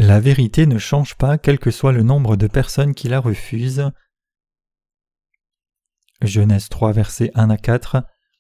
La vérité ne change pas quel que soit le nombre de personnes qui la refusent. Genèse 3, versets 1 à 4.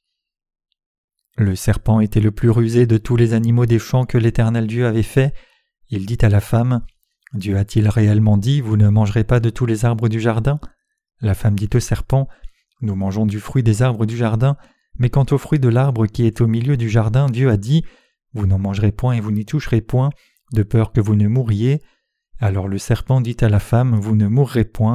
Le serpent était le plus rusé de tous les animaux des champs que l'Éternel Dieu avait fait. Il dit à la femme, « Dieu a-t-il réellement dit, vous ne mangerez pas de tous les arbres du jardin ?» La femme dit au serpent, « Nous mangeons du fruit des arbres du jardin, mais quant au fruit de l'arbre qui est au milieu du jardin, Dieu a dit, « Vous n'en mangerez point et vous n'y toucherez point, de peur que vous ne mouriez. » Alors le serpent dit à la femme, « Vous ne mourrez point. »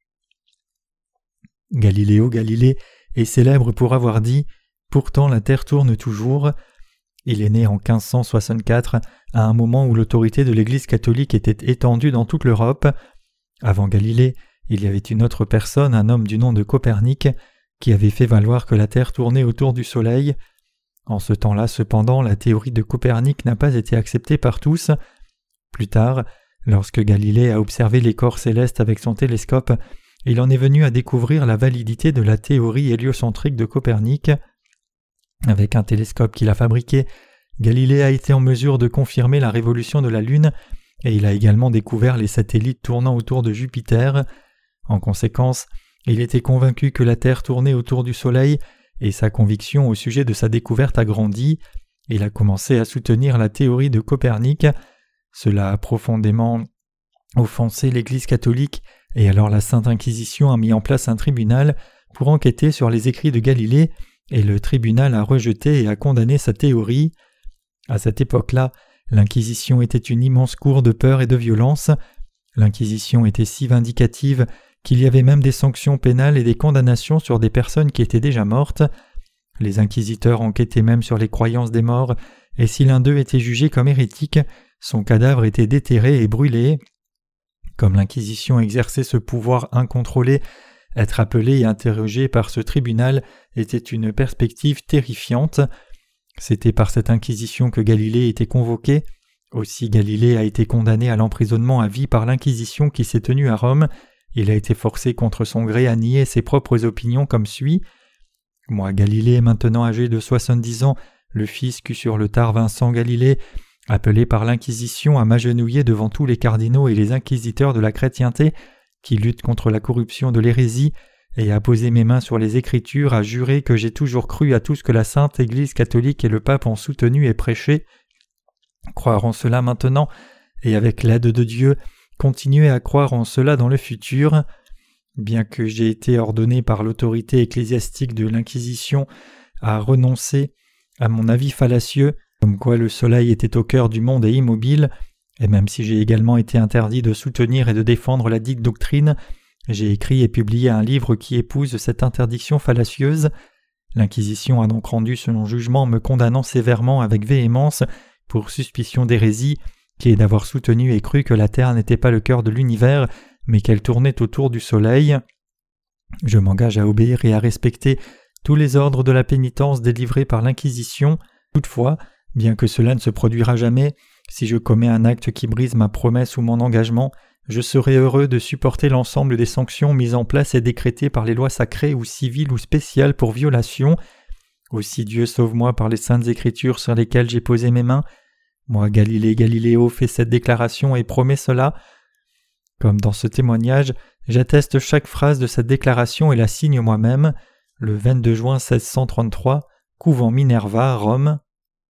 Galiléo Galilée est célèbre pour avoir dit « Pourtant la terre tourne toujours ». Il est né en 1564, à un moment où l'autorité de l'Église catholique était étendue dans toute l'Europe. Avant Galilée, il y avait une autre personne, un homme du nom de Copernic, qui avait fait valoir que la Terre tournait autour du Soleil. En ce temps-là, cependant, la théorie de Copernic n'a pas été acceptée par tous. Plus tard, lorsque Galilée a observé les corps célestes avec son télescope, il en est venu à découvrir la validité de la théorie héliocentrique de Copernic. Avec un télescope qu'il a fabriqué, Galilée a été en mesure de confirmer la révolution de la Lune et il a également découvert les satellites tournant autour de Jupiter. En conséquence, il était convaincu que la Terre tournait autour du Soleil et sa conviction au sujet de sa découverte a grandi. Il a commencé à soutenir la théorie de Copernic. Cela a profondément offensé l'Église catholique et alors la Sainte Inquisition a mis en place un tribunal pour enquêter sur les écrits de Galilée et le tribunal a rejeté et a condamné sa théorie. À cette époque-là, l'Inquisition était une immense cour de peur et de violence. L'Inquisition était si vindicative qu'il y avait même des sanctions pénales et des condamnations sur des personnes qui étaient déjà mortes. Les inquisiteurs enquêtaient même sur les croyances des morts, et si l'un d'eux était jugé comme hérétique, son cadavre était déterré et brûlé. Comme l'Inquisition exerçait ce pouvoir incontrôlé, être appelé et interrogé par ce tribunal était une perspective terrifiante. C'était par cette inquisition que Galilée était convoqué. Aussi Galilée a été condamné à l'emprisonnement à vie par l'inquisition qui s'est tenue à Rome. Il a été forcé contre son gré à nier ses propres opinions comme suit. Moi, Galilée, maintenant âgé de 70 ans, le fils qu'eut sur le tard Vincent Galilée, appelé par l'Inquisition à m'agenouiller devant tous les cardinaux et les inquisiteurs de la chrétienté qui luttent contre la corruption de l'hérésie, et à poser mes mains sur les Écritures, à jurer que j'ai toujours cru à tout ce que la Sainte Église catholique et le pape ont soutenu et prêché. Croire en cela maintenant, et avec l'aide de Dieu, continuer à croire en cela dans le futur. Bien que j'ai été ordonné par l'autorité ecclésiastique de l'Inquisition à renoncer à mon avis fallacieux, comme quoi le soleil était au cœur du monde et immobile, et même si j'ai également été interdit de soutenir et de défendre la dite doctrine, j'ai écrit et publié un livre qui épouse cette interdiction fallacieuse. L'Inquisition a donc rendu son jugement me condamnant sévèrement avec véhémence pour suspicion d'hérésie, qui est d'avoir soutenu et cru que la Terre n'était pas le cœur de l'univers, mais qu'elle tournait autour du Soleil. Je m'engage à obéir et à respecter tous les ordres de la pénitence délivrés par l'Inquisition. Toutefois, bien que cela ne se produira jamais, si je commets un acte qui brise ma promesse ou mon engagement, je serai heureux de supporter l'ensemble des sanctions mises en place et décrétées par les lois sacrées ou civiles ou spéciales pour violation. Aussi Dieu sauve-moi par les saintes écritures sur lesquelles j'ai posé mes mains. Moi, Galilée Galiléo, fais cette déclaration et promets cela. Comme dans ce témoignage, j'atteste chaque phrase de cette déclaration et la signe moi-même, le 22 juin 1633, couvent Minerva, Rome.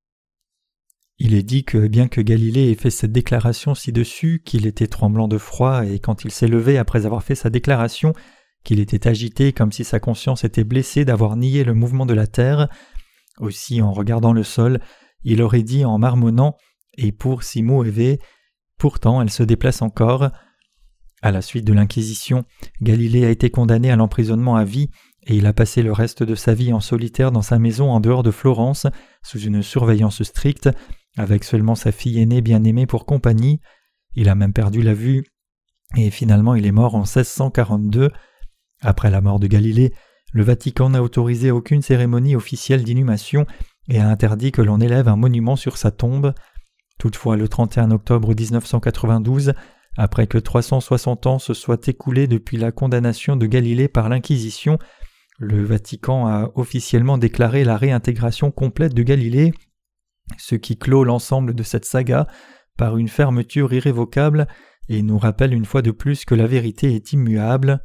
Il est dit que bien que Galilée ait fait cette déclaration ci-dessus, qu'il était tremblant de froid et quand il s'est levé après avoir fait sa déclaration, qu'il était agité comme si sa conscience était blessée d'avoir nié le mouvement de la terre. Aussi, en regardant le sol, il aurait dit en marmonnant « Et pour si muove », pourtant elle se déplace encore. À la suite de l'Inquisition, Galilée a été condamné à l'emprisonnement à vie et il a passé le reste de sa vie en solitaire dans sa maison en dehors de Florence, sous une surveillance stricte, avec seulement sa fille aînée bien-aimée pour compagnie. Il a même perdu la vue et finalement il est mort en 1642. Après la mort de Galilée, le Vatican n'a autorisé aucune cérémonie officielle d'inhumation et a interdit que l'on élève un monument sur sa tombe. Toutefois, le 31 octobre 1992, après que 360 ans se soient écoulés depuis la condamnation de Galilée par l'Inquisition, le Vatican a officiellement déclaré la réintégration complète de Galilée, ce qui clôt l'ensemble de cette saga par une fermeture irrévocable et nous rappelle une fois de plus que la vérité est immuable.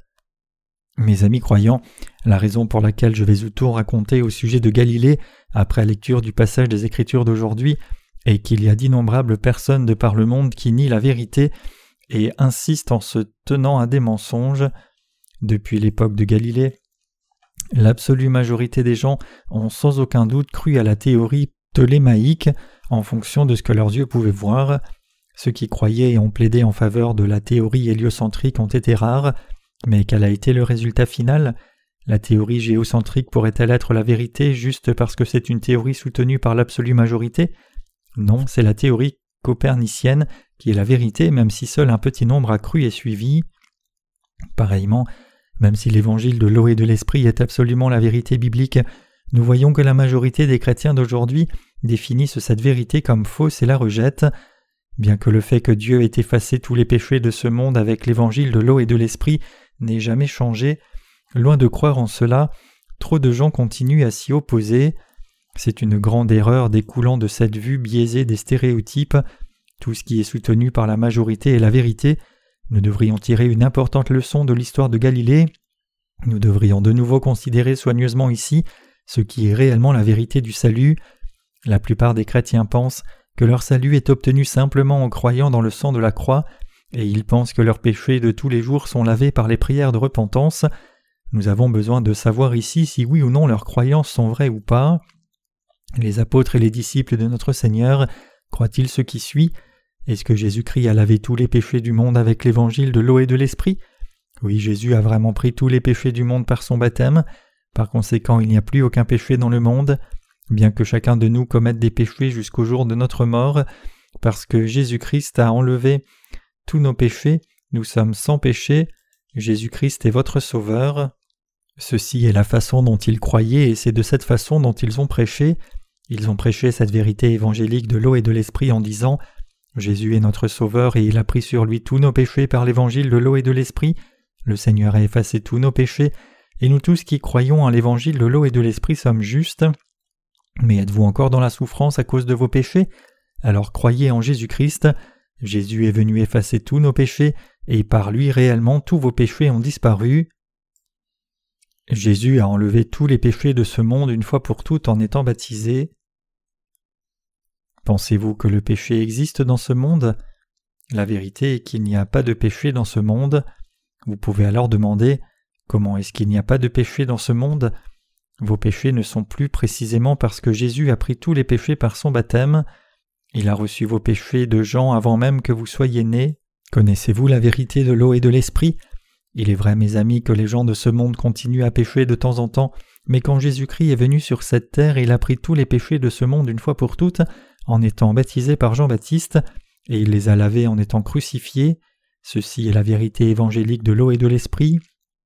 Mes amis croyants, la raison pour laquelle je vais tout raconter au sujet de Galilée après lecture du passage des Écritures d'aujourd'hui est qu'il y a d'innombrables personnes de par le monde qui nient la vérité et insistent en se tenant à des mensonges. Depuis l'époque de Galilée, l'absolue majorité des gens ont sans aucun doute cru à la théorie ptolémaïque en fonction de ce que leurs yeux pouvaient voir. Ceux qui croyaient et ont plaidé en faveur de la théorie héliocentrique ont été rares, mais quel a été le résultat final? La théorie géocentrique pourrait-elle être la vérité juste parce que c'est une théorie soutenue par l'absolue majorité? Non, c'est la théorie copernicienne qui est la vérité, même si seul un petit nombre a cru et suivi. Pareillement, même si l'évangile de l'eau et de l'esprit est absolument la vérité biblique, nous voyons que la majorité des chrétiens d'aujourd'hui définissent cette vérité comme fausse et la rejettent. Bien que le fait que Dieu ait effacé tous les péchés de ce monde avec l'évangile de l'eau et de l'esprit n'ait jamais changé, loin de croire en cela, trop de gens continuent à s'y opposer. C'est une grande erreur découlant de cette vue biaisée des stéréotypes. Tout ce qui est soutenu par la majorité est la vérité. Nous devrions tirer une importante leçon de l'histoire de Galilée. Nous devrions de nouveau considérer soigneusement ici ce qui est réellement la vérité du salut. La plupart des chrétiens pensent que leur salut est obtenu simplement en croyant dans le sang de la croix, et ils pensent que leurs péchés de tous les jours sont lavés par les prières de repentance. Nous avons besoin de savoir ici si oui ou non leurs croyances sont vraies ou pas. Les apôtres et les disciples de notre Seigneur croient-ils ce qui suit? Est-ce que Jésus-Christ a lavé tous les péchés du monde avec l'évangile de l'eau et de l'esprit? Oui, Jésus a vraiment pris tous les péchés du monde par son baptême. Par conséquent, il n'y a plus aucun péché dans le monde, bien que chacun de nous commette des péchés jusqu'au jour de notre mort. Parce que Jésus-Christ a enlevé tous nos péchés, nous sommes sans péché. Jésus-Christ est votre Sauveur. Ceci est la façon dont ils croyaient et c'est de cette façon dont ils ont prêché. Ils ont prêché cette vérité évangélique de l'eau et de l'esprit en disant « Jésus est notre Sauveur et il a pris sur lui tous nos péchés par l'évangile de l'eau et de l'esprit. Le Seigneur a effacé tous nos péchés et nous tous qui croyons en l'évangile de l'eau et de l'esprit sommes justes. Mais êtes-vous encore dans la souffrance à cause de vos péchés? Alors croyez en Jésus-Christ. Jésus est venu effacer tous nos péchés et par lui réellement tous vos péchés ont disparu. Jésus a enlevé tous les péchés de ce monde une fois pour toutes en étant baptisé. Pensez-vous que le péché existe dans ce monde? La vérité est qu'il n'y a pas de péché dans ce monde. Vous pouvez alors demander « Comment est-ce qu'il n'y a pas de péché dans ce monde ?» Vos péchés ne sont plus précisément parce que Jésus a pris tous les péchés par son baptême. Il a reçu vos péchés de gens avant même que vous soyez nés. Connaissez-vous la vérité de l'eau et de l'esprit? Il est vrai, mes amis, que les gens de ce monde continuent à pécher de temps en temps, mais quand Jésus-Christ est venu sur cette terre, il a pris tous les péchés de ce monde une fois pour toutes, en étant baptisé par Jean-Baptiste, et il les a lavés en étant crucifié. Ceci est la vérité évangélique de l'eau et de l'esprit.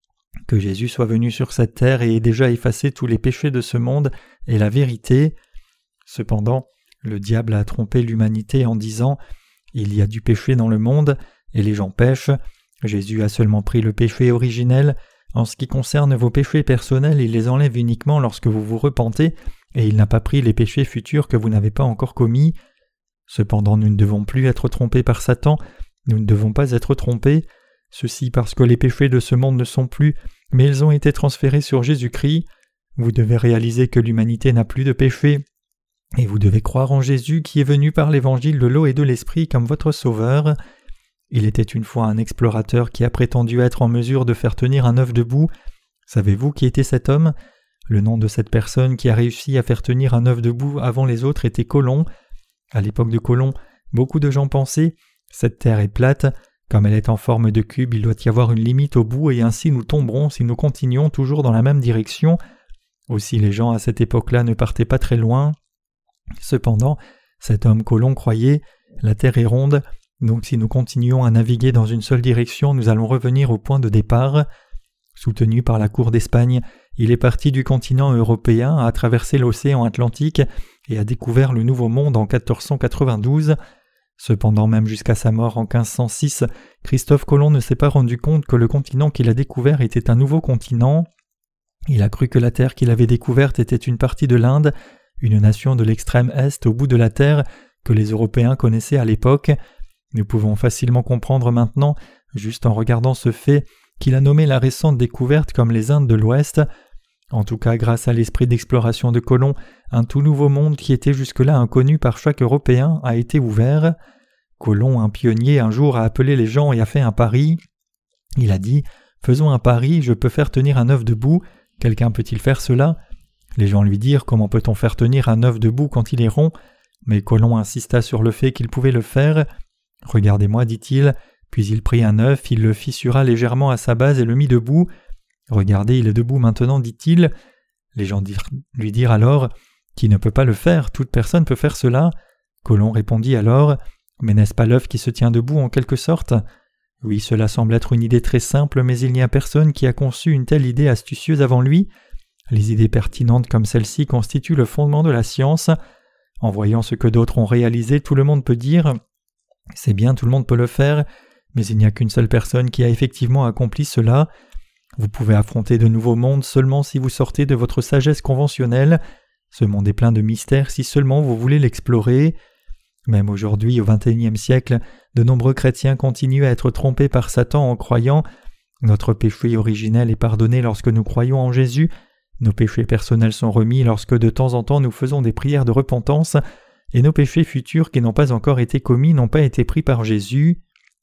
Que Jésus soit venu sur cette terre et ait déjà effacé tous les péchés de ce monde est la vérité. Cependant, le diable a trompé l'humanité en disant « Il y a du péché dans le monde, et les gens pêchent. Jésus a seulement pris le péché originel. En ce qui concerne vos péchés personnels, il les enlève uniquement lorsque vous vous repentez, et il n'a pas pris les péchés futurs que vous n'avez pas encore commis. Cependant, nous ne devons plus être trompés par Satan, nous ne devons pas être trompés. Ceci parce que les péchés de ce monde ne sont plus, mais ils ont été transférés sur Jésus-Christ. Vous devez réaliser que l'humanité n'a plus de péché, et vous devez croire en Jésus qui est venu par l'évangile de l'eau et de l'esprit comme votre Sauveur. Il était une fois un explorateur qui a prétendu être en mesure de faire tenir un œuf debout. Savez-vous qui était cet homme? Le nom de cette personne qui a réussi à faire tenir un œuf debout avant les autres était Colomb. À l'époque de Colomb, beaucoup de gens pensaient « Cette terre est plate, comme elle est en forme de cube, il doit y avoir une limite au bout et ainsi nous tomberons si nous continuons toujours dans la même direction. » Aussi les gens à cette époque-là ne partaient pas très loin. Cependant, cet homme Colomb croyait « La terre est ronde, donc si nous continuons à naviguer dans une seule direction, nous allons revenir au point de départ. » Soutenu par la cour d'Espagne, il est parti du continent européen, a traversé l'océan Atlantique et a découvert le Nouveau Monde en 1492. Cependant, même jusqu'à sa mort en 1506, Christophe Colomb ne s'est pas rendu compte que le continent qu'il a découvert était un nouveau continent. Il a cru que la terre qu'il avait découverte était une partie de l'Inde, une nation de l'extrême Est au bout de la terre, que les Européens connaissaient à l'époque. Nous pouvons facilement comprendre maintenant, juste en regardant ce fait, qu'il a nommé la récente découverte comme les Indes de l'Ouest. En tout cas, grâce à l'esprit d'exploration de Colomb, un tout nouveau monde qui était jusque-là inconnu par chaque Européen a été ouvert. Colomb, un pionnier, un jour a appelé les gens et a fait un pari. Il a dit « Faisons un pari, je peux faire tenir un œuf debout. Quelqu'un peut-il faire cela ?» Les gens lui dirent « Comment peut-on faire tenir un œuf debout quand il est rond ?» Mais Colomb insista sur le fait qu'il pouvait le faire. « Regardez-moi, dit-il. » Puis il prit un œuf, il le fissura légèrement à sa base et le mit debout. « Regardez, il est debout maintenant, dit-il. » Les gens lui dirent alors « Qui ne peut pas le faire? Toute personne peut faire cela. » Colomb répondit alors « Mais n'est-ce pas l'œuf qui se tient debout en quelque sorte ?» Oui, cela semble être une idée très simple, mais il n'y a personne qui a conçu une telle idée astucieuse avant lui. Les idées pertinentes comme celle-ci constituent le fondement de la science. En voyant ce que d'autres ont réalisé, tout le monde peut dire « C'est bien, tout le monde peut le faire », mais il n'y a qu'une seule personne qui a effectivement accompli cela. Vous pouvez affronter de nouveaux mondes seulement si vous sortez de votre sagesse conventionnelle. Ce monde est plein de mystères si seulement vous voulez l'explorer. Même aujourd'hui, au XXIe siècle, de nombreux chrétiens continuent à être trompés par Satan en croyant « Notre péché originel est pardonné lorsque nous croyons en Jésus », nos péchés personnels sont remis lorsque de temps en temps nous faisons des prières de repentance, et nos péchés futurs qui n'ont pas encore été commis n'ont pas été pris par Jésus.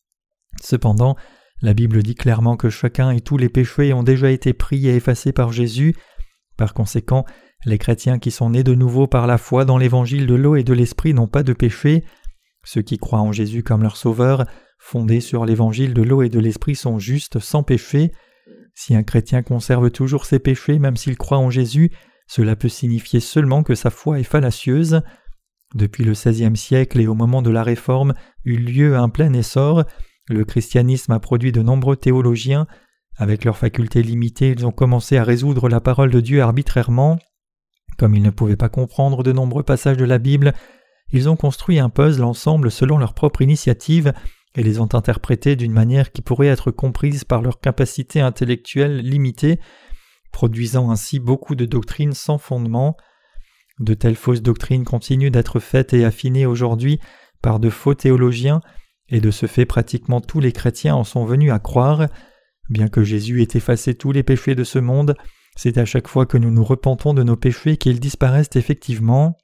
Cependant, la Bible dit clairement que chacun et tous les péchés ont déjà été pris et effacés par Jésus. Par conséquent, les chrétiens qui sont nés de nouveau par la foi dans l'évangile de l'eau et de l'esprit n'ont pas de péché. Ceux qui croient en Jésus comme leur sauveur, fondés sur l'évangile de l'eau et de l'esprit, sont justes, sans péché. Si un chrétien conserve toujours ses péchés même s'il croit en Jésus, cela peut signifier seulement que sa foi est fallacieuse. Depuis le XVIe siècle et au moment de la Réforme eut lieu un plein essor, le christianisme a produit de nombreux théologiens. Avec leurs facultés limitées, ils ont commencé à résoudre la parole de Dieu arbitrairement. Comme ils ne pouvaient pas comprendre de nombreux passages de la Bible, ils ont construit un puzzle ensemble selon leur propre initiative et les ont interprétés d'une manière qui pourrait être comprise par leur capacité intellectuelle limitée, produisant ainsi beaucoup de doctrines sans fondement. De telles fausses doctrines continuent d'être faites et affinées aujourd'hui par de faux théologiens, et de ce fait pratiquement tous les chrétiens en sont venus à croire. Bien que Jésus ait effacé tous les péchés de ce monde, c'est à chaque fois que nous nous repentons de nos péchés qu'ils disparaissent effectivement.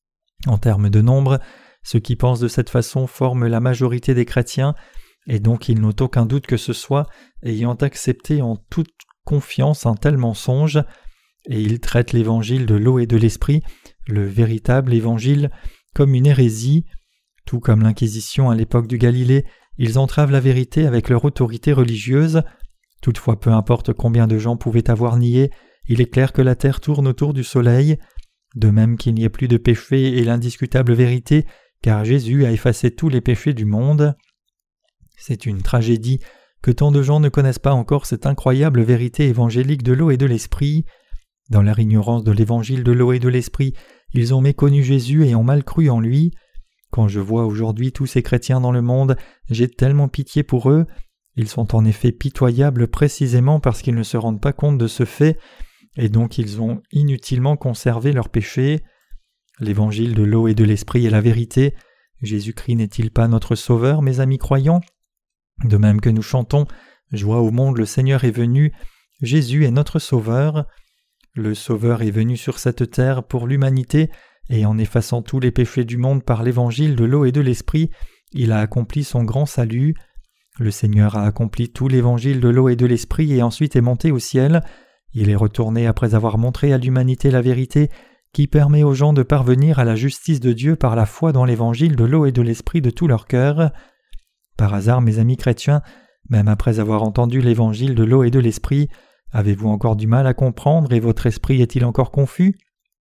En termes de nombre, ceux qui pensent de cette façon forment la majorité des chrétiens, et donc ils n'ont aucun doute que ce soit, ayant accepté en toute confiance un tel mensonge, et ils traitent l'évangile de l'eau et de l'esprit, le véritable évangile, comme une hérésie. Tout comme l'Inquisition à l'époque du Galilée, ils entravent la vérité avec leur autorité religieuse. Toutefois, peu importe combien de gens pouvaient avoir nié, il est clair que la terre tourne autour du soleil. De même qu'il n'y ait plus de péché est l'indiscutable vérité, car Jésus a effacé tous les péchés du monde. C'est une tragédie que tant de gens ne connaissent pas encore cette incroyable vérité évangélique de l'eau et de l'esprit. Dans leur ignorance de l'évangile de l'eau et de l'esprit, ils ont méconnu Jésus et ont mal cru en lui. Quand je vois aujourd'hui tous ces chrétiens dans le monde, j'ai tellement pitié pour eux. Ils sont en effet pitoyables précisément parce qu'ils ne se rendent pas compte de ce fait, et donc ils ont inutilement conservé leurs péchés. L'évangile de l'eau et de l'esprit est la vérité. Jésus-Christ n'est-il pas notre Sauveur, mes amis croyants? De même que nous chantons « Joie au monde, le Seigneur est venu », Jésus est notre Sauveur. Le Sauveur est venu sur cette terre pour l'humanité, et en effaçant tous les péchés du monde par l'évangile de l'eau et de l'esprit, il a accompli son grand salut. Le Seigneur a accompli tout l'évangile de l'eau et de l'esprit et ensuite est monté au ciel. Il est retourné après avoir montré à l'humanité la vérité qui permet aux gens de parvenir à la justice de Dieu par la foi dans l'évangile de l'eau et de l'esprit de tout leur cœur. Par hasard, mes amis chrétiens, même après avoir entendu l'évangile de l'eau et de l'esprit, avez-vous encore du mal à comprendre et votre esprit est-il encore confus?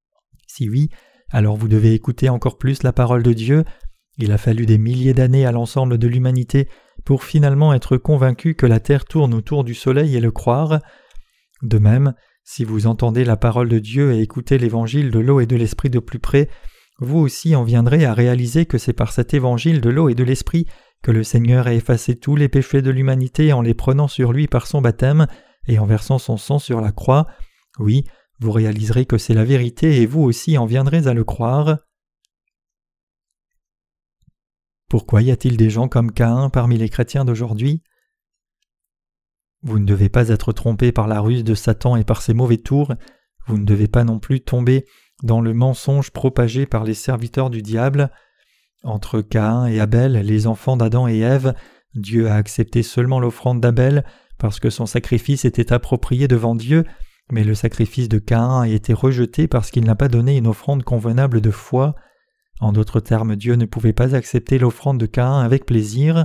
Si oui, alors vous devez écouter encore plus la parole de Dieu. Il a fallu des milliers d'années à l'ensemble de l'humanité pour finalement être convaincu que la terre tourne autour du soleil et le croire. De même, si vous entendez la parole de Dieu et écoutez l'évangile de l'eau et de l'esprit de plus près, vous aussi en viendrez à réaliser que c'est par cet évangile de l'eau et de l'esprit que le Seigneur a effacé tous les péchés de l'humanité en les prenant sur lui par son baptême et en versant son sang sur la croix. Oui, vous réaliserez que c'est la vérité et vous aussi en viendrez à le croire. Pourquoi y a-t-il des gens comme Caïn parmi les chrétiens d'aujourd'hui ? Vous ne devez pas être trompé par la ruse de Satan et par ses mauvais tours. Vous ne devez pas non plus tomber dans le mensonge propagé par les serviteurs du diable. Entre Caïn et Abel, les enfants d'Adam et Ève, Dieu a accepté seulement l'offrande d'Abel parce que son sacrifice était approprié devant Dieu, mais le sacrifice de Caïn a été rejeté parce qu'il n'a pas donné une offrande convenable de foi. En d'autres termes, Dieu ne pouvait pas accepter l'offrande de Caïn avec plaisir.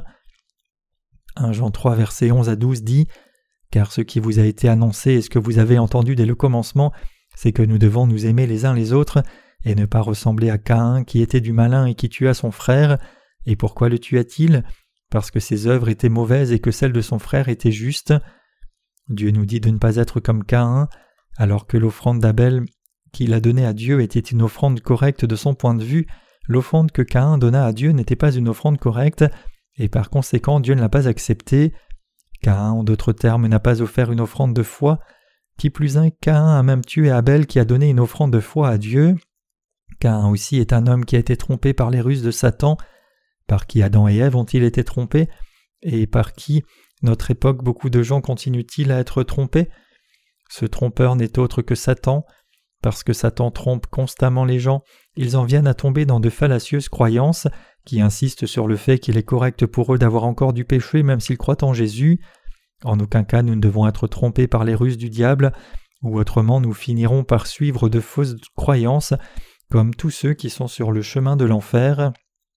1 Jean 3, versets 11 à 12 dit « Car ce qui vous a été annoncé et ce que vous avez entendu dès le commencement, c'est que nous devons nous aimer les uns les autres et ne pas ressembler à Caïn qui était du malin et qui tua son frère. Et pourquoi le tua-t-il ? Parce que ses œuvres étaient mauvaises et que celles de son frère étaient justes. Dieu nous dit de ne pas être comme Caïn, alors que l'offrande d'Abel qu'il a donnée à Dieu était une offrande correcte de son point de vue. L'offrande que Caïn donna à Dieu n'était pas une offrande correcte, et par conséquent Dieu ne l'a pas acceptée. Caïn, en d'autres termes, n'a pas offert une offrande de foi. Qui plus est, Caïn a même tué Abel qui a donné une offrande de foi à Dieu. Caïn aussi est un homme qui a été trompé par les ruses de Satan. Par qui Adam et Ève ont-ils été trompés ? Et par qui, notre époque, beaucoup de gens continuent-ils à être trompés ? Ce trompeur n'est autre que Satan. Parce que Satan trompe constamment les gens, ils en viennent à tomber dans de fallacieuses croyances qui insistent sur le fait qu'il est correct pour eux d'avoir encore du péché même s'ils croient en Jésus. En aucun cas nous ne devons être trompés par les ruses du diable, ou autrement nous finirons par suivre de fausses croyances, comme tous ceux qui sont sur le chemin de l'enfer.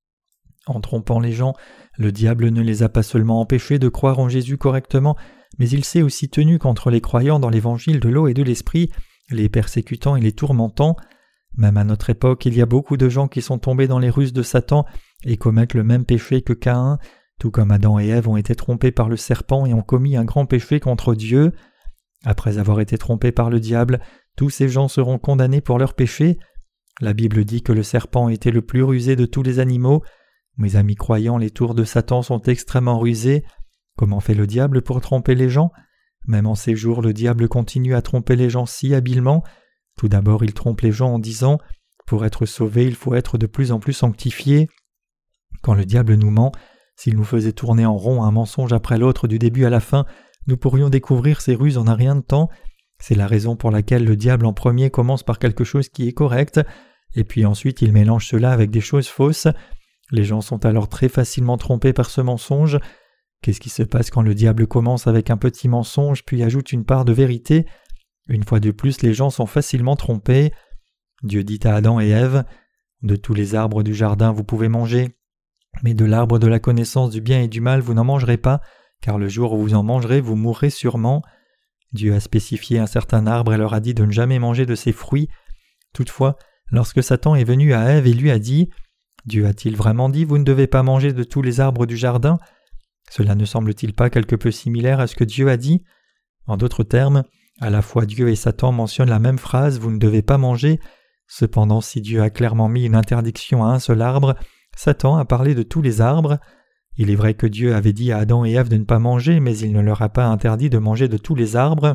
En trompant les gens, le diable ne les a pas seulement empêchés de croire en Jésus correctement, mais il s'est aussi tenu contre les croyants dans l'évangile de l'eau et de l'esprit, les persécutant et les tourmentant. Même à notre époque, il y a beaucoup de gens qui sont tombés dans les ruses de Satan et commettent le même péché que Caïn, tout comme Adam et Ève ont été trompés par le serpent et ont commis un grand péché contre Dieu. Après avoir été trompés par le diable, tous ces gens seront condamnés pour leur péché. La Bible dit que le serpent était le plus rusé de tous les animaux. Mes amis croyants, les tours de Satan sont extrêmement rusés. Comment fait le diable pour tromper les gens ? Même en ces jours, le diable continue à tromper les gens si habilement. Tout d'abord, il trompe les gens en disant « Pour être sauvé, il faut être de plus en plus sanctifié ». Quand le diable nous ment, s'il nous faisait tourner en rond un mensonge après l'autre du début à la fin, nous pourrions découvrir ses ruses en un rien de temps. C'est la raison pour laquelle le diable en premier commence par quelque chose qui est correct, et puis ensuite il mélange cela avec des choses fausses. Les gens sont alors très facilement trompés par ce mensonge. Qu'est-ce qui se passe quand le diable commence avec un petit mensonge puis ajoute une part de vérité ? Une fois de plus, les gens sont facilement trompés. Dieu dit à Adam et Ève « De tous les arbres du jardin vous pouvez manger, mais de l'arbre de la connaissance du bien et du mal vous n'en mangerez pas, car le jour où vous en mangerez, vous mourrez sûrement. » Dieu a spécifié un certain arbre et leur a dit de ne jamais manger de ses fruits. Toutefois, lorsque Satan est venu à Ève et lui a dit « Dieu a-t-il vraiment dit « Vous ne devez pas manger de tous les arbres du jardin ?» Cela ne semble-t-il pas quelque peu similaire à ce que Dieu a dit ? En d'autres termes, à la fois Dieu et Satan mentionnent la même phrase « Vous ne devez pas manger ». Cependant, si Dieu a clairement mis une interdiction à un seul arbre, Satan a parlé de tous les arbres. Il est vrai que Dieu avait dit à Adam et Ève de ne pas manger, mais il ne leur a pas interdit de manger de tous les arbres.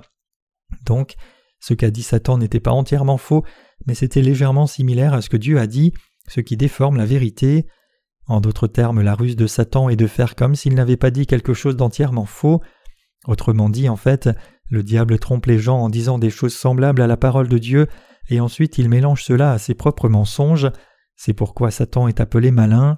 Donc, ce qu'a dit Satan n'était pas entièrement faux, mais c'était légèrement similaire à ce que Dieu a dit, ce qui déforme la vérité. En d'autres termes, la ruse de Satan est de faire comme s'il n'avait pas dit quelque chose d'entièrement faux. Autrement dit, en fait, le diable trompe les gens en disant des choses semblables à la parole de Dieu, et ensuite il mélange cela à ses propres mensonges. C'est pourquoi Satan est appelé malin.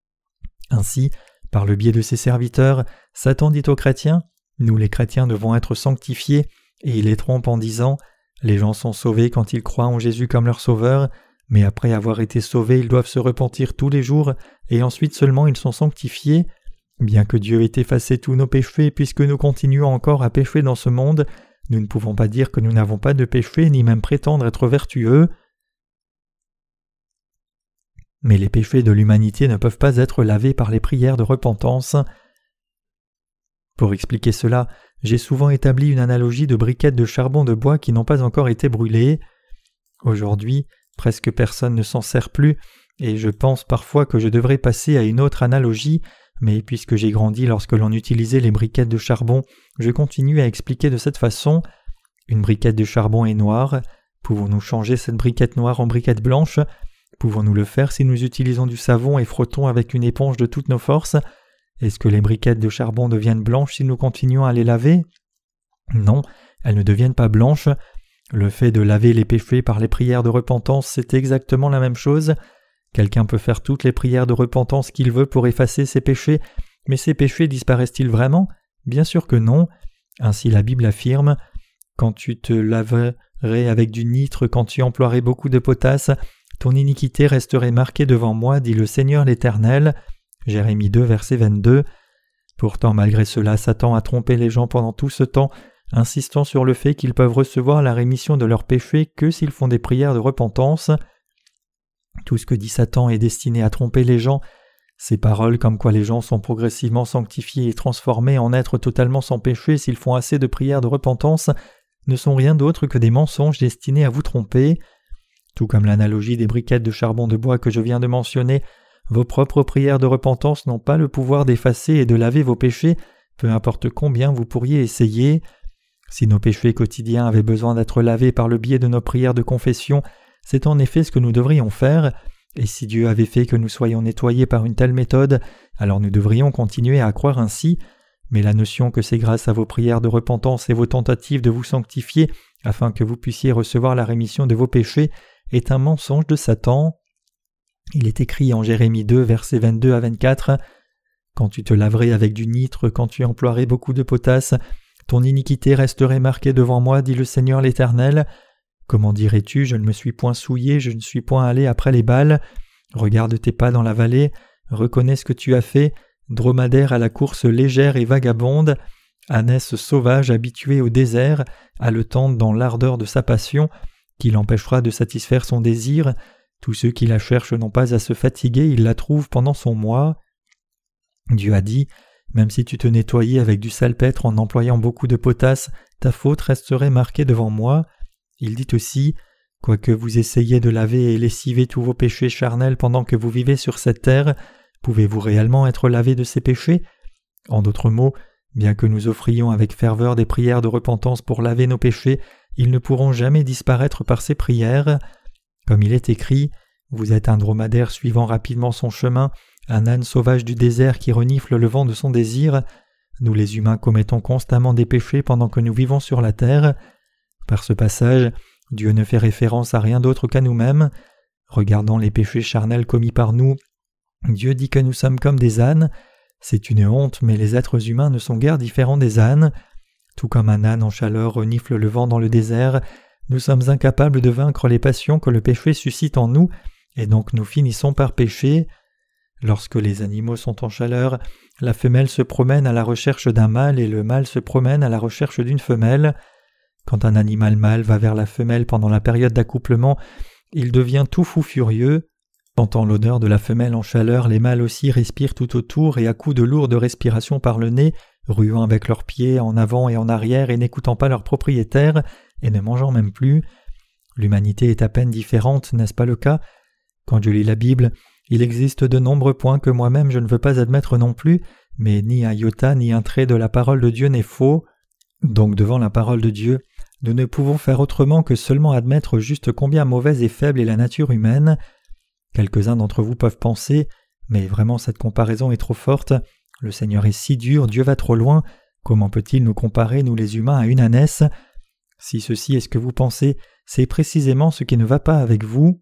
Ainsi, par le biais de ses serviteurs, Satan dit aux chrétiens « Nous les chrétiens devons être sanctifiés », et il les trompe en disant « Les gens sont sauvés quand ils croient en Jésus comme leur sauveur ». Mais après avoir été sauvés, ils doivent se repentir tous les jours, et ensuite seulement ils sont sanctifiés. Bien que Dieu ait effacé tous nos péchés, puisque nous continuons encore à pécher dans ce monde, nous ne pouvons pas dire que nous n'avons pas de péché, ni même prétendre être vertueux. Mais les péchés de l'humanité ne peuvent pas être lavés par les prières de repentance. Pour expliquer cela, j'ai souvent établi une analogie de briquettes de charbon de bois qui n'ont pas encore été brûlées. Aujourd'hui, presque personne ne s'en sert plus, et je pense parfois que je devrais passer à une autre analogie, mais puisque j'ai grandi lorsque l'on utilisait les briquettes de charbon, je continue à expliquer de cette façon. Une briquette de charbon est noire. Pouvons-nous changer cette briquette noire en briquette blanche ? Pouvons-nous le faire si nous utilisons du savon et frottons avec une éponge de toutes nos forces? Est-ce que les briquettes de charbon deviennent blanches si nous continuons à les laver? Non, elles ne deviennent pas blanches. Le fait de laver les péchés par les prières de repentance, c'est exactement la même chose. Quelqu'un peut faire toutes les prières de repentance qu'il veut pour effacer ses péchés, mais ces péchés disparaissent-ils vraiment? Bien sûr que non. Ainsi la Bible affirme « Quand tu te laverais avec du nitre, quand tu emploierais beaucoup de potasse, ton iniquité resterait marquée devant moi, dit le Seigneur l'Éternel. » Jérémie 2, verset 22. Pourtant, malgré cela, Satan a trompé les gens pendant tout ce temps, insistant sur le fait qu'ils peuvent recevoir la rémission de leurs péchés que s'ils font des prières de repentance. Tout ce que dit Satan est destiné à tromper les gens. Ces paroles comme quoi les gens sont progressivement sanctifiés et transformés en êtres totalement sans péché s'ils font assez de prières de repentance ne sont rien d'autre que des mensonges destinés à vous tromper. Tout comme l'analogie des briquettes de charbon de bois que je viens de mentionner, vos propres prières de repentance n'ont pas le pouvoir d'effacer et de laver vos péchés, peu importe combien vous pourriez essayer. Si nos péchés quotidiens avaient besoin d'être lavés par le biais de nos prières de confession, c'est en effet ce que nous devrions faire, et si Dieu avait fait que nous soyons nettoyés par une telle méthode, alors nous devrions continuer à croire ainsi, mais la notion que c'est grâce à vos prières de repentance et vos tentatives de vous sanctifier afin que vous puissiez recevoir la rémission de vos péchés est un mensonge de Satan. Il est écrit en Jérémie 2, versets 22 à 24 « Quand tu te laverais avec du nitre, quand tu emploierais beaucoup de potasse, ton iniquité resterait marquée devant moi, dit le Seigneur l'Éternel. Comment dirais-tu, je ne me suis point souillé, je ne suis point allé après les Baals? Regarde tes pas dans la vallée, reconnais ce que tu as fait, dromadaire à la course légère et vagabonde, ânesse sauvage habitué au désert, haletante dans l'ardeur de sa passion, qui l'empêchera de satisfaire son désir. Tous ceux qui la cherchent n'ont pas à se fatiguer, ils la trouvent pendant son mois. » Dieu a dit « Même si tu te nettoyais avec du salpêtre en employant beaucoup de potasse, ta faute resterait marquée devant moi. » Il dit aussi « Quoique vous essayiez de laver et lessiver tous vos péchés charnels pendant que vous vivez sur cette terre, pouvez-vous réellement être lavés de ces péchés? » En d'autres mots, bien que nous offrions avec ferveur des prières de repentance pour laver nos péchés, ils ne pourront jamais disparaître par ces prières. Comme il est écrit, vous êtes un dromadaire suivant rapidement son chemin, un âne sauvage du désert qui renifle le vent de son désir. Nous les humains commettons constamment des péchés pendant que nous vivons sur la terre. Par ce passage, Dieu ne fait référence à rien d'autre qu'à nous-mêmes. Regardant les péchés charnels commis par nous, Dieu dit que nous sommes comme des ânes. C'est une honte, mais les êtres humains ne sont guère différents des ânes. Tout comme un âne en chaleur renifle le vent dans le désert, nous sommes incapables de vaincre les passions que le péché suscite en nous, et donc nous finissons par pécher. Lorsque les animaux sont en chaleur, la femelle se promène à la recherche d'un mâle et le mâle se promène à la recherche d'une femelle. Quand un animal mâle va vers la femelle pendant la période d'accouplement, il devient tout fou furieux. Sentant l'odeur de la femelle en chaleur, les mâles aussi respirent tout autour et à coups de lourde respiration par le nez, ruant avec leurs pieds en avant et en arrière et n'écoutant pas leur propriétaire et ne mangeant même plus. L'humanité est à peine différente, n'est-ce pas le cas? Quand je lis la Bible, il existe de nombreux points que moi-même je ne veux pas admettre non plus, mais ni un iota ni un trait de la parole de Dieu n'est faux. Donc devant la parole de Dieu, nous ne pouvons faire autrement que seulement admettre juste combien mauvaise et faible est la nature humaine. Quelques-uns d'entre vous peuvent penser « Mais vraiment cette comparaison est trop forte, le Seigneur est si dur, Dieu va trop loin, comment peut-il nous comparer, nous les humains, à une ânesse ?» Si ceci est ce que vous pensez, c'est précisément ce qui ne va pas avec vous.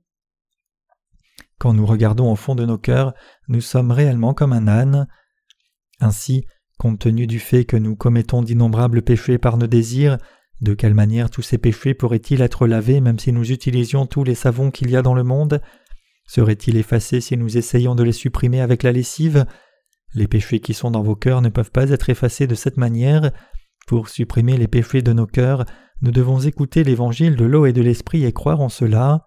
Quand nous regardons au fond de nos cœurs, nous sommes réellement comme un âne. Ainsi, compte tenu du fait que nous commettons d'innombrables péchés par nos désirs, de quelle manière tous ces péchés pourraient-ils être lavés même si nous utilisions tous les savons qu'il y a dans le monde? Seraient-ils effacés si nous essayions de les supprimer avec la lessive? Les péchés qui sont dans vos cœurs ne peuvent pas être effacés de cette manière. Pour supprimer les péchés de nos cœurs, nous devons écouter l'évangile de l'eau et de l'esprit et croire en cela.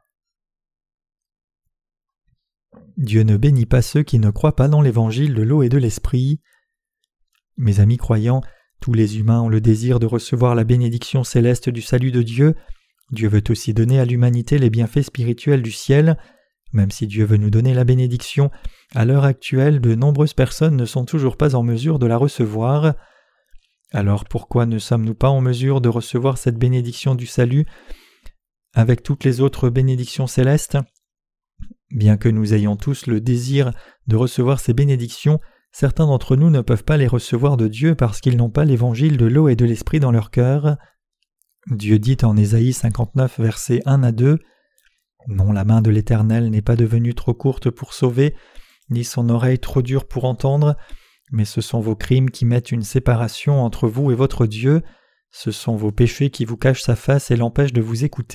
Dieu ne bénit pas ceux qui ne croient pas dans l'évangile de l'eau et de l'esprit. Mes amis croyants, tous les humains ont le désir de recevoir la bénédiction céleste du salut de Dieu. Dieu veut aussi donner à l'humanité les bienfaits spirituels du ciel. Même si Dieu veut nous donner la bénédiction, à l'heure actuelle, de nombreuses personnes ne sont toujours pas en mesure de la recevoir. Alors pourquoi ne sommes-nous pas en mesure de recevoir cette bénédiction du salut avec toutes les autres bénédictions célestes? Bien que nous ayons tous le désir de recevoir ces bénédictions, certains d'entre nous ne peuvent pas les recevoir de Dieu parce qu'ils n'ont pas l'évangile de l'eau et de l'esprit dans leur cœur. Dieu dit en Ésaïe 59, versets 1 à 2, « Non, la main de l'Éternel n'est pas devenue trop courte pour sauver, ni son oreille trop dure pour entendre, mais ce sont vos crimes qui mettent une séparation entre vous et votre Dieu, ce sont vos péchés qui vous cachent sa face et l'empêchent de vous écouter. »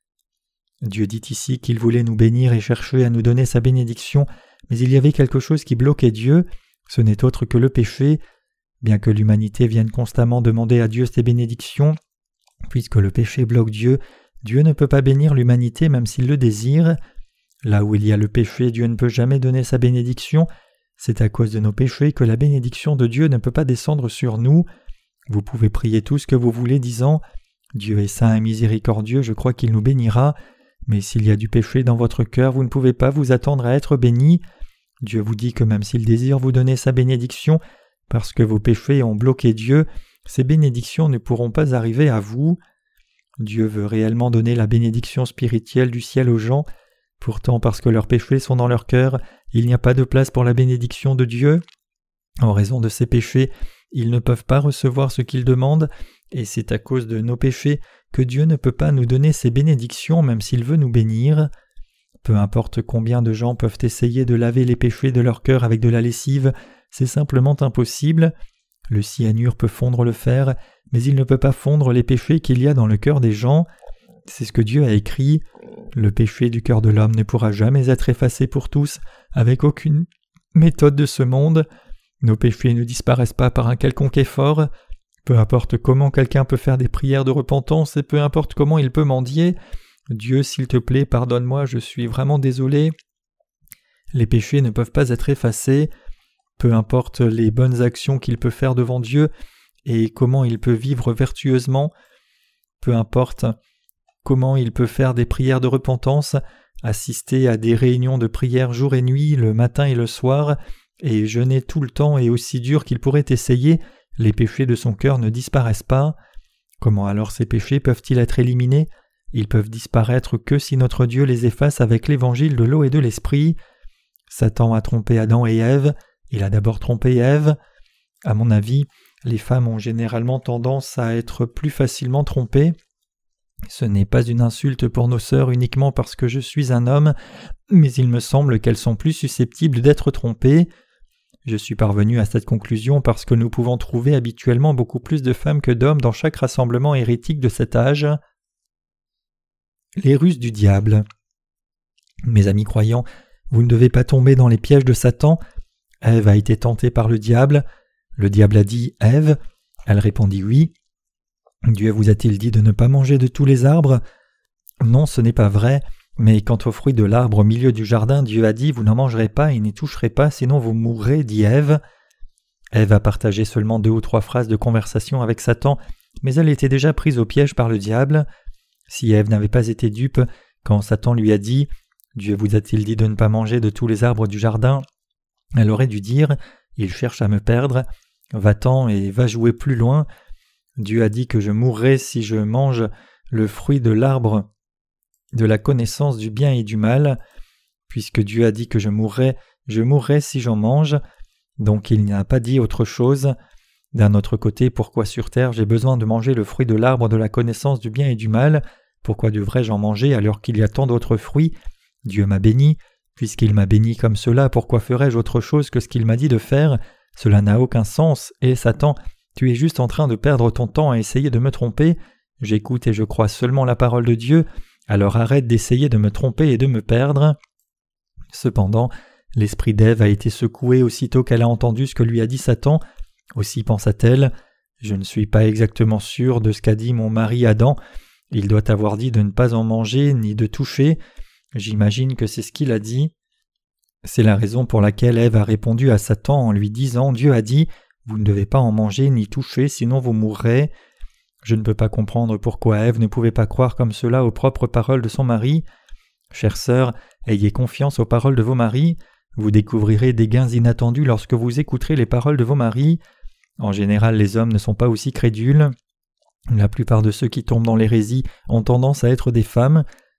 Dieu dit ici qu'il voulait nous bénir et chercher à nous donner sa bénédiction, mais il y avait quelque chose qui bloquait Dieu, ce n'est autre que le péché. Bien que l'humanité vienne constamment demander à Dieu ses bénédictions, puisque le péché bloque Dieu, Dieu ne peut pas bénir l'humanité même s'il le désire. Là où il y a le péché, Dieu ne peut jamais donner sa bénédiction. C'est à cause de nos péchés que la bénédiction de Dieu ne peut pas descendre sur nous. Vous pouvez prier tout ce que vous voulez disant « Dieu est saint et miséricordieux, je crois qu'il nous bénira », mais s'il y a du péché dans votre cœur, vous ne pouvez pas vous attendre à être béni. Dieu vous dit que même s'il désire vous donner sa bénédiction, parce que vos péchés ont bloqué Dieu, ces bénédictions ne pourront pas arriver à vous. Dieu veut réellement donner la bénédiction spirituelle du ciel aux gens. Pourtant, parce que leurs péchés sont dans leur cœur, il n'y a pas de place pour la bénédiction de Dieu. En raison de ces péchés, ils ne peuvent pas recevoir ce qu'ils demandent, et c'est à cause de nos péchés que Dieu ne peut pas nous donner ses bénédictions même s'il veut nous bénir. Peu importe combien de gens peuvent essayer de laver les péchés de leur cœur avec de la lessive, c'est simplement impossible. Le cyanure peut fondre le fer, mais il ne peut pas fondre les péchés qu'il y a dans le cœur des gens. C'est ce que Dieu a écrit. Le péché du cœur de l'homme ne pourra jamais être effacé pour tous, avec aucune méthode de ce monde. Nos péchés ne disparaissent pas par un quelconque effort. Peu importe comment quelqu'un peut faire des prières de repentance et peu importe comment il peut mendier, « Dieu, s'il te plaît, pardonne-moi, je suis vraiment désolé. » Les péchés ne peuvent pas être effacés. Peu importe les bonnes actions qu'il peut faire devant Dieu et comment il peut vivre vertueusement, peu importe comment il peut faire des prières de repentance, assister à des réunions de prière jour et nuit, le matin et le soir, et jeûner tout le temps et aussi dur qu'il pourrait essayer, les péchés de son cœur ne disparaissent pas. Comment alors ces péchés peuvent-ils être éliminés ? Ils peuvent disparaître que si notre Dieu les efface avec l'évangile de l'eau et de l'esprit. Satan a trompé Adam et Ève, il a d'abord trompé Ève. À mon avis, les femmes ont généralement tendance à être plus facilement trompées. Ce n'est pas une insulte pour nos sœurs uniquement parce que je suis un homme, mais il me semble qu'elles sont plus susceptibles d'être trompées. Je suis parvenu à cette conclusion parce que nous pouvons trouver habituellement beaucoup plus de femmes que d'hommes dans chaque rassemblement hérétique de cet âge. Les ruses du diable. Mes amis croyants, vous ne devez pas tomber dans les pièges de Satan. Ève a été tentée par le diable. Le diable a dit « Ève ?» Elle répondit « Oui ». Dieu vous a-t-il dit de ne pas manger de tous les arbres ? Non, ce n'est pas vrai. Mais quant aux fruits de l'arbre au milieu du jardin, Dieu a dit « Vous n'en mangerez pas et n'y toucherez pas, sinon vous mourrez », dit Ève. Ève a partagé seulement 2 ou 3 phrases de conversation avec Satan, mais elle était déjà prise au piège par le diable. Si Ève n'avait pas été dupe, quand Satan lui a dit « Dieu vous a-t-il dit de ne pas manger de tous les arbres du jardin ?» elle aurait dû dire « Il cherche à me perdre, va-t'en et va jouer plus loin. Dieu a dit que je mourrai si je mange le fruit de l'arbre de la connaissance du bien et du mal. Puisque Dieu a dit que je mourrai si j'en mange. Donc il n'a pas dit autre chose. D'un autre côté, pourquoi sur terre j'ai besoin de manger le fruit de l'arbre de la connaissance du bien et du mal? Pourquoi devrais-je en manger alors qu'il y a tant d'autres fruits? Dieu m'a béni. Puisqu'il m'a béni comme cela, pourquoi ferais-je autre chose que ce qu'il m'a dit de faire? Cela n'a aucun sens. Et Satan, tu es juste en train de perdre ton temps à essayer de me tromper. J'écoute et je crois seulement la parole de Dieu. Alors arrête d'essayer de me tromper et de me perdre. » Cependant, l'esprit d'Ève a été secoué aussitôt qu'elle a entendu ce que lui a dit Satan. Aussi pensa-t-elle, « Je ne suis pas exactement sûre de ce qu'a dit mon mari Adam. Il doit avoir dit de ne pas en manger ni de toucher. J'imagine que c'est ce qu'il a dit. » C'est la raison pour laquelle Ève a répondu à Satan en lui disant « Dieu a dit, vous ne devez pas en manger ni toucher, sinon vous mourrez. » Je ne peux pas comprendre pourquoi Ève ne pouvait pas croire comme cela aux propres paroles de son mari. Chères sœurs, ayez confiance aux paroles de vos maris. Vous découvrirez des gains inattendus lorsque vous écouterez les paroles de vos maris. En général, les hommes ne sont pas aussi crédules. La plupart de ceux qui tombent dans l'hérésie ont tendance à être des femmes.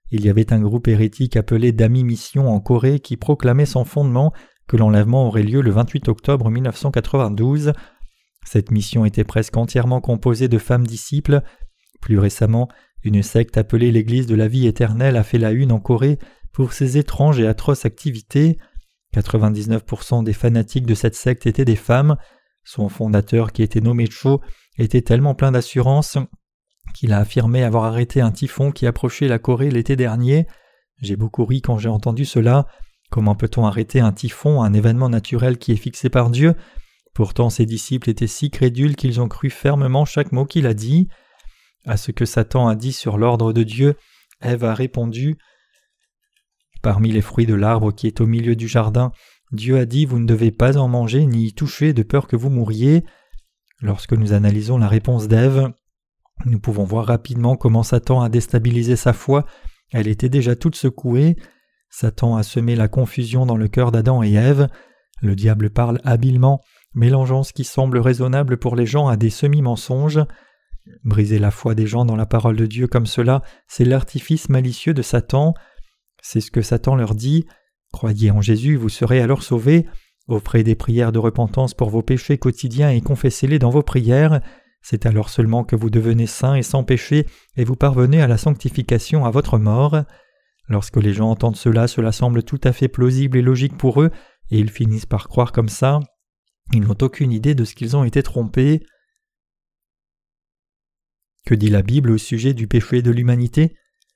il y avait un groupe hérétique appelé d'Amis Mission en Corée qui proclamait sans fondement que l'enlèvement aurait lieu le 28 octobre 1992. Cette mission était presque entièrement composée de femmes disciples. Plus récemment, une secte appelée l'Église de la vie éternelle a fait la une en Corée pour ses étranges et atroces activités. 99% des fanatiques de cette secte étaient des femmes. Son fondateur, qui était nommé Cho, était tellement plein d'assurance qu'il a affirmé avoir arrêté un typhon qui approchait la Corée l'été dernier. J'ai beaucoup ri quand j'ai entendu cela. Comment peut-on arrêter un typhon, un événement naturel qui est fixé par Dieu ? Pourtant ses disciples étaient si crédules qu'ils ont cru fermement chaque mot qu'il a dit. À ce que Satan a dit sur l'ordre de Dieu, Ève a répondu « Parmi les fruits de l'arbre qui est au milieu du jardin, Dieu a dit « Vous ne devez pas en manger ni y toucher de peur que vous mouriez ». Lorsque nous analysons la réponse d'Ève, nous pouvons voir rapidement comment Satan a déstabilisé sa foi. Elle était déjà toute secouée. Satan a semé la confusion dans le cœur d'Adam et Ève. Le diable parle habilement, mélangeant ce qui semble raisonnable pour les gens à des semi-mensonges. Briser la foi des gens dans la parole de Dieu comme cela, c'est l'artifice malicieux de Satan. C'est ce que Satan leur dit. Croyez en Jésus, vous serez alors sauvés. Offrez des prières de repentance pour vos péchés quotidiens et confessez-les dans vos prières. C'est alors seulement que vous devenez saints et sans péché et vous parvenez à la sanctification à votre mort. Lorsque les gens entendent cela, cela semble tout à fait plausible et logique pour eux, et ils finissent par croire comme ça. Ils n'ont aucune idée de ce qu'ils ont été trompés. Que dit la Bible au sujet du péché de l'humanité ?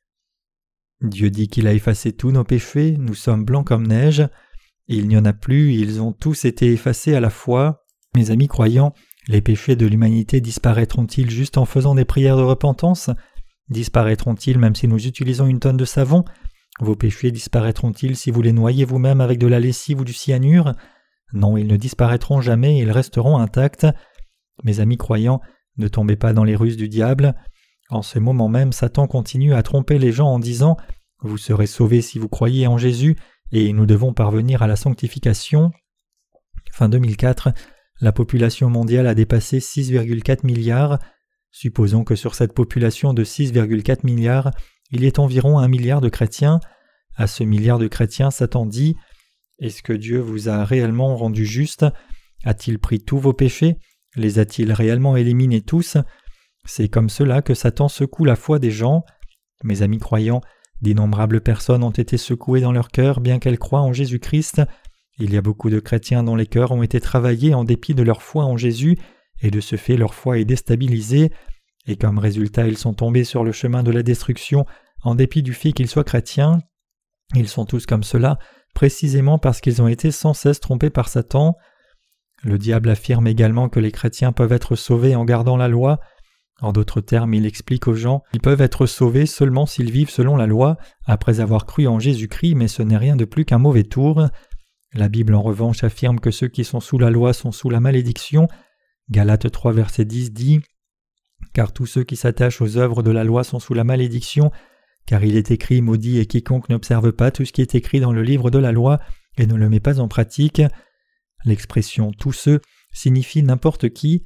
Dieu dit qu'il a effacé tous nos péchés, nous sommes blancs comme neige. Il n'y en a plus, ils ont tous été effacés à la fois. Mes amis croyants, les péchés de l'humanité disparaîtront-ils juste en faisant des prières de repentance ? Disparaîtront-ils même si nous utilisons une tonne de savon ? Vos péchés disparaîtront-ils si vous les noyez vous-même avec de la lessive ou du cyanure ? Non, ils ne disparaîtront jamais, ils resteront intacts. Mes amis croyants, ne tombez pas dans les ruses du diable. En ce moment même, Satan continue à tromper les gens en disant « Vous serez sauvés si vous croyez en Jésus et nous devons parvenir à la sanctification. » Fin 2004, la population mondiale a dépassé 6,4 milliards. Supposons que sur cette population de 6,4 milliards, il y ait environ 1 milliard de chrétiens. À ce milliard de chrétiens, Satan dit « Est-ce que Dieu vous a réellement rendu juste ? A-t-il pris tous vos péchés ? Les a-t-il réellement éliminés tous ? » C'est comme cela que Satan secoue la foi des gens. Mes amis croyants, d'innombrables personnes ont été secouées dans leur cœur bien qu'elles croient en Jésus-Christ. Il y a beaucoup de chrétiens dont les cœurs ont été travaillés en dépit de leur foi en Jésus, et de ce fait leur foi est déstabilisée, et comme résultat ils sont tombés sur le chemin de la destruction en dépit du fait qu'ils soient chrétiens. Ils sont tous comme cela, précisément parce qu'ils ont été sans cesse trompés par Satan. Le diable affirme également que les chrétiens peuvent être sauvés en gardant la loi. En d'autres termes, il explique aux gens qu'ils peuvent être sauvés seulement s'ils vivent selon la loi, après avoir cru en Jésus-Christ, mais ce n'est rien de plus qu'un mauvais tour. La Bible en revanche affirme que ceux qui sont sous la loi sont sous la malédiction. Galates 3 verset 10 dit « Car tous ceux qui s'attachent aux œuvres de la loi sont sous la malédiction, car il est écrit « Maudit est quiconque n'observe pas tout ce qui est écrit dans le livre de la loi et ne le met pas en pratique. » L'expression « tous ceux » signifie n'importe qui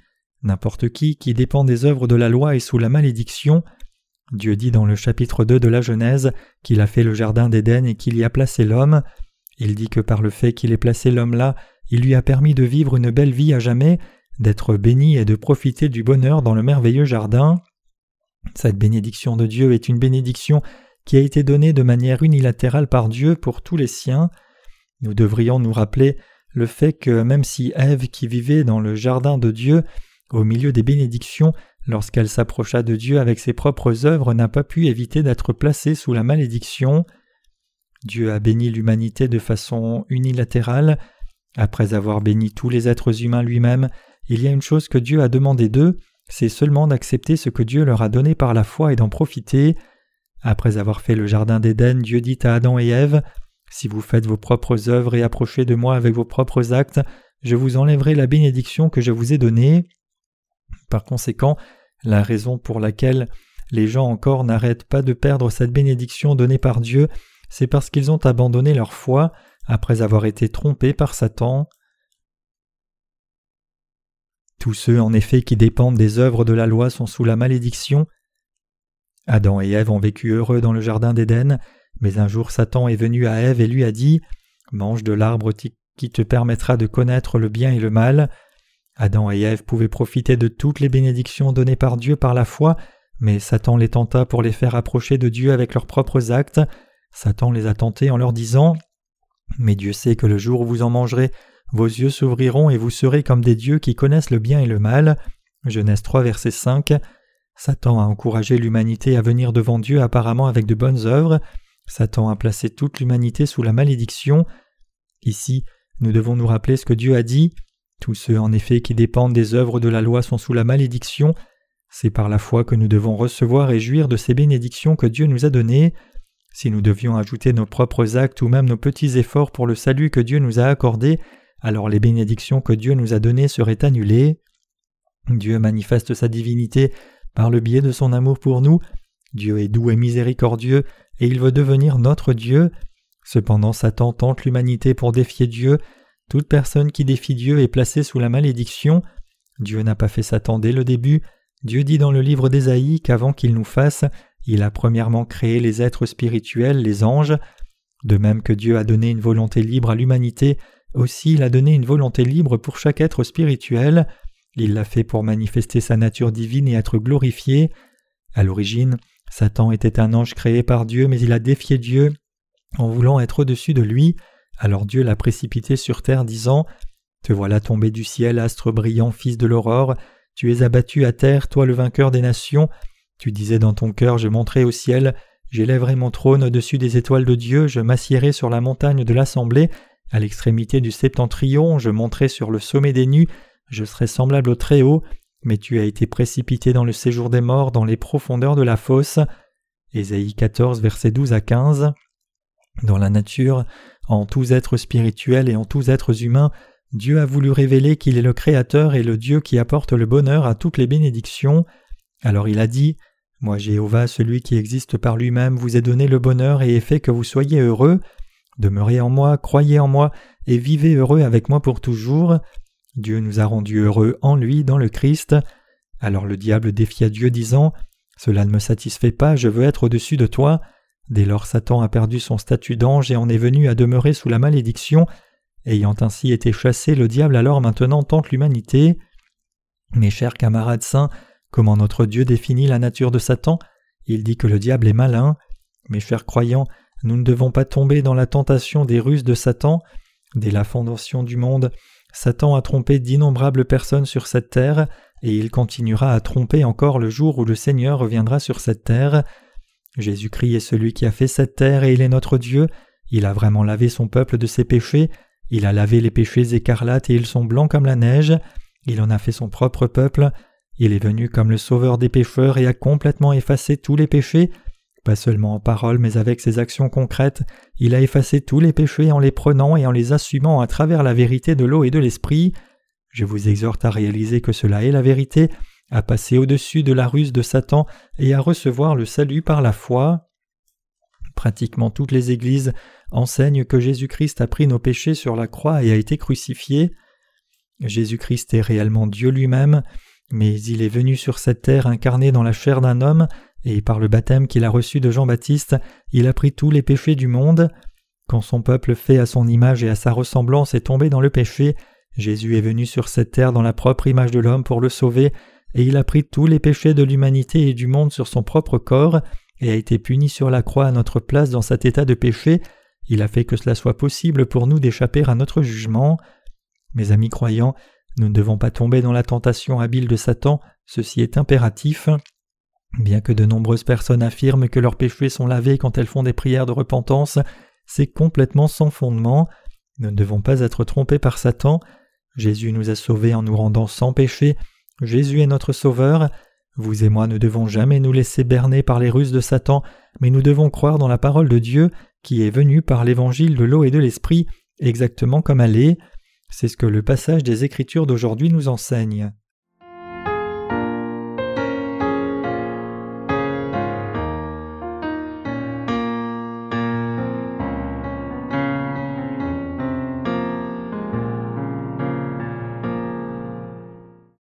qui dépend des œuvres de la loi est sous la malédiction. Dieu dit dans le chapitre 2 de la Genèse qu'il a fait le jardin d'Éden et qu'il y a placé l'homme. Il dit que par le fait qu'il ait placé l'homme là, il lui a permis de vivre une belle vie à jamais, d'être béni et de profiter du bonheur dans le merveilleux jardin. Cette bénédiction de Dieu est une bénédiction qui a été donnée de manière unilatérale par Dieu pour tous les siens. Nous devrions nous rappeler le fait que même si Ève qui vivait dans le jardin de Dieu, au milieu des bénédictions, lorsqu'elle s'approcha de Dieu avec ses propres œuvres, n'a pas pu éviter d'être placée sous la malédiction. Dieu a béni l'humanité de façon unilatérale. Après avoir béni tous les êtres humains lui-même, il y a une chose que Dieu a demandé d'eux, c'est seulement d'accepter ce que Dieu leur a donné par la foi et d'en profiter. Après avoir fait le jardin d'Éden, Dieu dit à Adam et Ève « Si vous faites vos propres œuvres et approchez de moi avec vos propres actes, je vous enlèverai la bénédiction que je vous ai donnée. » Par conséquent, la raison pour laquelle les gens encore n'arrêtent pas de perdre cette bénédiction donnée par Dieu, c'est parce qu'ils ont abandonné leur foi après avoir été trompés par Satan. Tous ceux en effet qui dépendent des œuvres de la loi sont sous la malédiction. Adam et Ève ont vécu heureux dans le jardin d'Éden, mais un jour Satan est venu à Ève et lui a dit « Mange de l'arbre qui te permettra de connaître le bien et le mal ». Adam et Ève pouvaient profiter de toutes les bénédictions données par Dieu par la foi, mais Satan les tenta pour les faire approcher de Dieu avec leurs propres actes. Satan les a tentés en leur disant « Mais Dieu sait que le jour où vous en mangerez, vos yeux s'ouvriront et vous serez comme des dieux qui connaissent le bien et le mal. » Genèse 3, verset 5. Satan a encouragé l'humanité à venir devant Dieu apparemment avec de bonnes œuvres. Satan a placé toute l'humanité sous la malédiction. Ici, nous devons nous rappeler ce que Dieu a dit. Tous ceux en effet qui dépendent des œuvres de la loi sont sous la malédiction. C'est par la foi que nous devons recevoir et jouir de ces bénédictions que Dieu nous a données. Si nous devions ajouter nos propres actes ou même nos petits efforts pour le salut que Dieu nous a accordé, alors les bénédictions que Dieu nous a données seraient annulées. Dieu manifeste sa divinité par le biais de son amour pour nous. Dieu est doux et miséricordieux et il veut devenir notre Dieu. Cependant, Satan tente l'humanité pour défier Dieu. Toute personne qui défie Dieu est placée sous la malédiction. Dieu n'a pas fait Satan dès le début. Dieu dit dans le livre d'Ésaïe qu'avant qu'il nous fasse, il a premièrement créé les êtres spirituels, les anges. De même que Dieu a donné une volonté libre à l'humanité, aussi il a donné une volonté libre pour chaque être spirituel. Il l'a fait pour manifester sa nature divine et être glorifié. À l'origine, Satan était un ange créé par Dieu, mais il a défié Dieu en voulant être au-dessus de lui. Alors Dieu l'a précipité sur terre, disant « Te voilà tombé du ciel, astre brillant, fils de l'aurore. Tu es abattu à terre, toi le vainqueur des nations. Tu disais dans ton cœur, je monterai au ciel, j'élèverai mon trône au-dessus des étoiles de Dieu, je m'assiérai sur la montagne de l'assemblée, à l'extrémité du septentrion, je monterai sur le sommet des nues, je serai semblable au Très-Haut, mais tu as été précipité dans le séjour des morts, dans les profondeurs de la fosse. » Ésaïe 14, versets 12 à 15. Dans la nature, en tous êtres spirituels et en tous êtres humains, Dieu a voulu révéler qu'il est le Créateur et le Dieu qui apporte le bonheur à toutes les bénédictions. Alors il a dit « Moi Jéhovah, celui qui existe par lui-même, vous ai donné le bonheur et ai fait que vous soyez heureux. Demeurez en moi, croyez en moi, et vivez heureux avec moi pour toujours. » Dieu nous a rendus heureux en lui, dans le Christ. Alors le diable défia Dieu, disant « Cela ne me satisfait pas, je veux être au-dessus de toi. » Dès lors Satan a perdu son statut d'ange et en est venu à demeurer sous la malédiction. Ayant ainsi été chassé, le diable alors maintenant tente l'humanité. Mes chers camarades saints, comment notre Dieu définit la nature de Satan? Il dit que le diable est malin. Mes chers croyants, nous ne devons pas tomber dans la tentation des ruses de Satan. Dès la fondation du monde, Satan a trompé d'innombrables personnes sur cette terre, et il continuera à tromper encore le jour où le Seigneur reviendra sur cette terre. Jésus-Christ est celui qui a fait cette terre et il est notre Dieu. Il a vraiment lavé son peuple de ses péchés. Il a lavé les péchés écarlates et ils sont blancs comme la neige. Il en a fait son propre peuple. Il est venu comme le sauveur des pécheurs et a complètement effacé tous les péchés. Pas seulement en parole mais avec ses actions concrètes, il a effacé tous les péchés en les prenant et en les assumant à travers la vérité de l'eau et de l'esprit. Je vous exhorte à réaliser que cela est la vérité, à passer au-dessus de la ruse de Satan et à recevoir le salut par la foi. Pratiquement toutes les églises enseignent que Jésus-Christ a pris nos péchés sur la croix et a été crucifié. Jésus-Christ est réellement Dieu lui-même, mais il est venu sur cette terre incarné dans la chair d'un homme, et par le baptême qu'il a reçu de Jean-Baptiste, il a pris tous les péchés du monde. Quand son peuple fait à son image et à sa ressemblance est tombé dans le péché, Jésus est venu sur cette terre dans la propre image de l'homme pour le sauver, et il a pris tous les péchés de l'humanité et du monde sur son propre corps, et a été puni sur la croix à notre place dans cet état de péché. Il a fait que cela soit possible pour nous d'échapper à notre jugement. Mes amis croyants, nous ne devons pas tomber dans la tentation habile de Satan, ceci est impératif. Bien que de nombreuses personnes affirment que leurs péchés sont lavés quand elles font des prières de repentance, c'est complètement sans fondement. Nous ne devons pas être trompés par Satan. Jésus nous a sauvés en nous rendant sans péché. Jésus est notre Sauveur. Vous et moi ne devons jamais nous laisser berner par les ruses de Satan, mais nous devons croire dans la parole de Dieu qui est venue par l'évangile de l'eau et de l'esprit, exactement comme elle est. C'est ce que le passage des Écritures d'aujourd'hui nous enseigne.